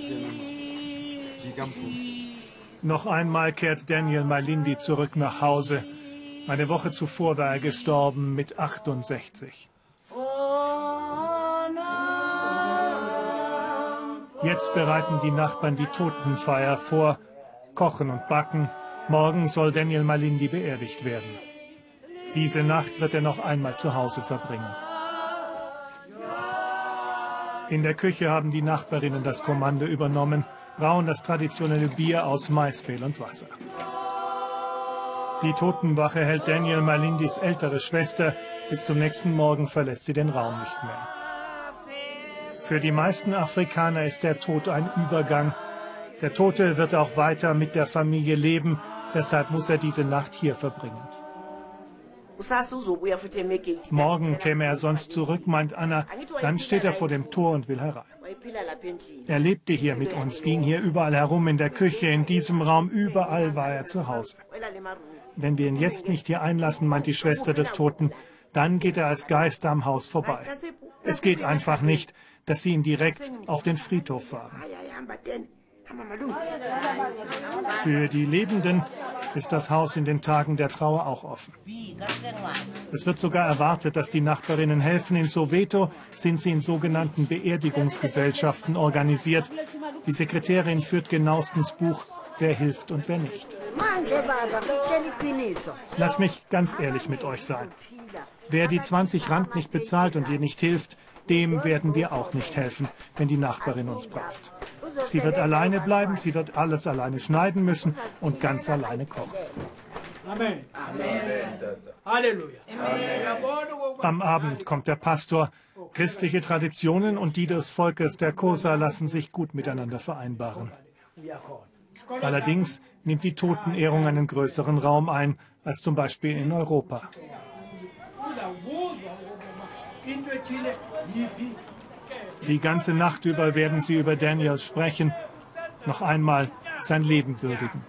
Noch einmal kehrt Daniel Malindi zurück nach Hause. Eine Woche zuvor war er gestorben mit 68. Jetzt bereiten die Nachbarn die Totenfeier vor, kochen und backen. Morgen soll Daniel Malindi beerdigt werden. Diese Nacht wird er noch einmal zu Hause verbringen. In der Küche haben die Nachbarinnen das Kommando übernommen, brauen das traditionelle Bier aus Maismehl und Wasser. Die Totenwache hält Daniel Malindis ältere Schwester. Bis zum nächsten Morgen verlässt sie den Raum nicht mehr. Für die meisten Afrikaner ist der Tod ein Übergang. Der Tote wird auch weiter mit der Familie leben. Deshalb muss er diese Nacht hier verbringen. Morgen käme er sonst zurück, meint Anna. Dann steht er vor dem Tor und will herein. Er lebte hier mit uns, ging hier überall herum, in der Küche, in diesem Raum, überall war er zu Hause. Wenn wir ihn jetzt nicht hier einlassen, meint die Schwester des Toten, dann geht er als Geist am Haus vorbei. Es geht einfach nicht, dass sie ihn direkt auf den Friedhof fahren. Für die Lebenden ist das Haus in den Tagen der Trauer auch offen. Es wird sogar erwartet, dass die Nachbarinnen helfen. In Soweto sind sie in sogenannten Beerdigungsgesellschaften organisiert. Die Sekretärin führt genauestens Buch, wer hilft und wer nicht. Lass mich ganz ehrlich mit euch sein. Wer die 20 Rand nicht bezahlt und ihr nicht hilft, dem werden wir auch nicht helfen, wenn die Nachbarin uns braucht. Sie wird alleine bleiben, sie wird alles alleine schneiden müssen und ganz alleine kochen. Amen. Halleluja. Am Abend kommt der Pastor. Christliche Traditionen und die des Volkes der Xhosa lassen sich gut miteinander vereinbaren. Allerdings nimmt die Totenehrung einen größeren Raum ein, als zum Beispiel in Europa. Die ganze Nacht über werden sie über Daniel sprechen, noch einmal sein Leben würdigen.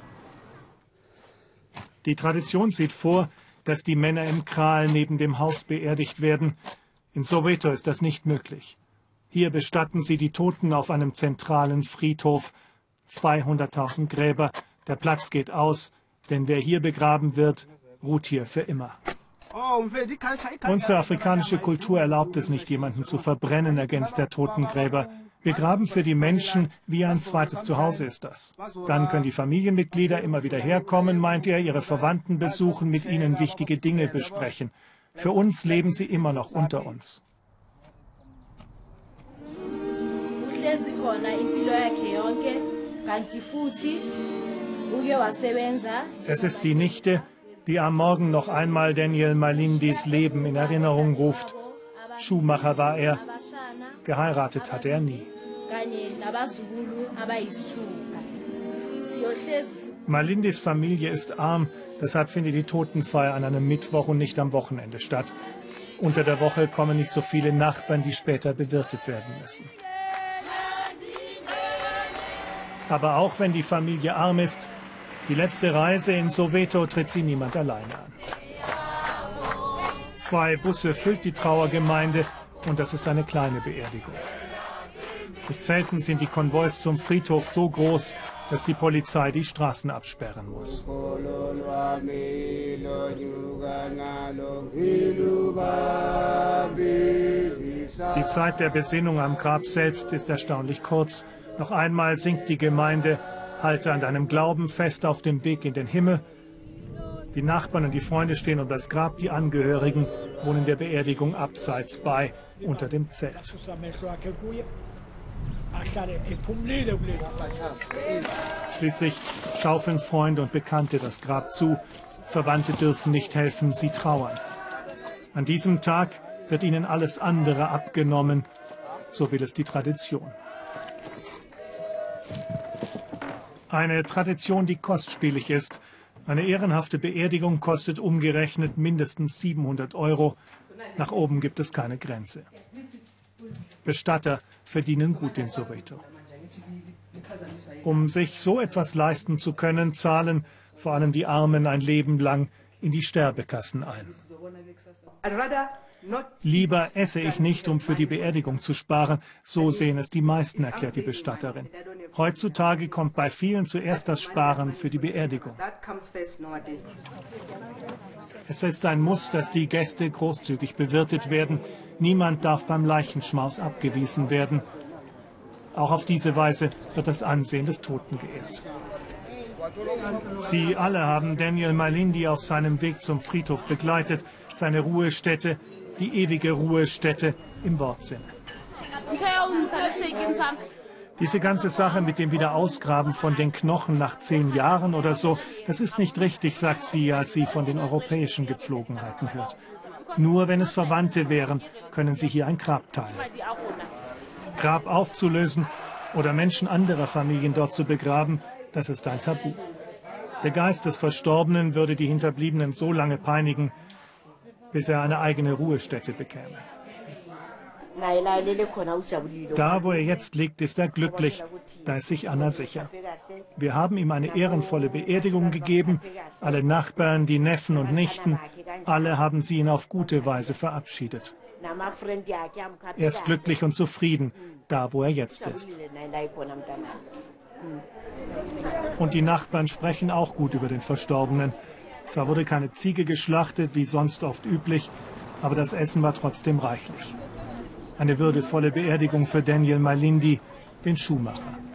Die Tradition sieht vor, dass die Männer im Kral neben dem Haus beerdigt werden. In Soweto ist das nicht möglich. Hier bestatten sie die Toten auf einem zentralen Friedhof. 200.000 Gräber, der Platz geht aus, denn wer hier begraben wird, ruht hier für immer. Unsere afrikanische Kultur erlaubt es nicht, jemanden zu verbrennen, ergänzt der Totengräber. Wir graben für die Menschen, wie ein zweites Zuhause ist das. Dann können die Familienmitglieder immer wieder herkommen, meint er, ihre Verwandten besuchen, mit ihnen wichtige Dinge besprechen. Für uns leben sie immer noch unter uns. Es ist die Nichte, die am Morgen noch einmal Daniel Malindis Leben in Erinnerung ruft. Schuhmacher war er, geheiratet hatte er nie. Malindis Familie ist arm, deshalb findet die Totenfeier an einem Mittwoch und nicht am Wochenende statt. Unter der Woche kommen nicht so viele Nachbarn, die später bewirtet werden müssen. Aber auch wenn die Familie arm ist, die letzte Reise in Soweto tritt sie niemand alleine an. 2 Busse füllt die Trauergemeinde und das ist eine kleine Beerdigung. Nicht selten sind die Konvois zum Friedhof so groß, dass die Polizei die Straßen absperren muss. Die Zeit der Besinnung am Grab selbst ist erstaunlich kurz. Noch einmal singt die Gemeinde: Halte an deinem Glauben fest auf dem Weg in den Himmel. Die Nachbarn und die Freunde stehen um das Grab, die Angehörigen wohnen der Beerdigung abseits bei, unter dem Zelt. Schließlich schaufeln Freunde und Bekannte das Grab zu. Verwandte dürfen nicht helfen, sie trauern. An diesem Tag wird ihnen alles andere abgenommen, so will es die Tradition. Eine Tradition, die kostspielig ist. Eine ehrenhafte Beerdigung kostet umgerechnet mindestens 700 €. Nach oben gibt es keine Grenze. Bestatter verdienen gut in Soweto. Um sich so etwas leisten zu können, zahlen vor allem die Armen ein Leben lang in die Sterbekassen ein. Lieber esse ich nicht, um für die Beerdigung zu sparen. So sehen es die meisten, erklärt die Bestatterin. Heutzutage kommt bei vielen zuerst das Sparen für die Beerdigung. Es ist ein Muss, dass die Gäste großzügig bewirtet werden. Niemand darf beim Leichenschmaus abgewiesen werden. Auch auf diese Weise wird das Ansehen des Toten geehrt. Sie alle haben Daniel Malindi auf seinem Weg zum Friedhof begleitet, seine Ruhestätte, die ewige Ruhestätte im Wortsinne. Diese ganze Sache mit dem Wiederausgraben von den Knochen nach 10 Jahren oder so, das ist nicht richtig, sagt sie, als sie von den europäischen Gepflogenheiten hört. Nur wenn es Verwandte wären, können sie hier ein Grab teilen. Grab aufzulösen oder Menschen anderer Familien dort zu begraben, das ist ein Tabu. Der Geist des Verstorbenen würde die Hinterbliebenen so lange peinigen, bis er eine eigene Ruhestätte bekäme. Da, wo er jetzt liegt, ist er glücklich. Da ist sich Anna sicher. Wir haben ihm eine ehrenvolle Beerdigung gegeben. Alle Nachbarn, die Neffen und Nichten, alle haben sie ihn auf gute Weise verabschiedet. Er ist glücklich und zufrieden, da, wo er jetzt ist. Und die Nachbarn sprechen auch gut über den Verstorbenen. Zwar wurde keine Ziege geschlachtet, wie sonst oft üblich, aber das Essen war trotzdem reichlich. Eine würdevolle Beerdigung für Daniel Malindi, den Schuhmacher.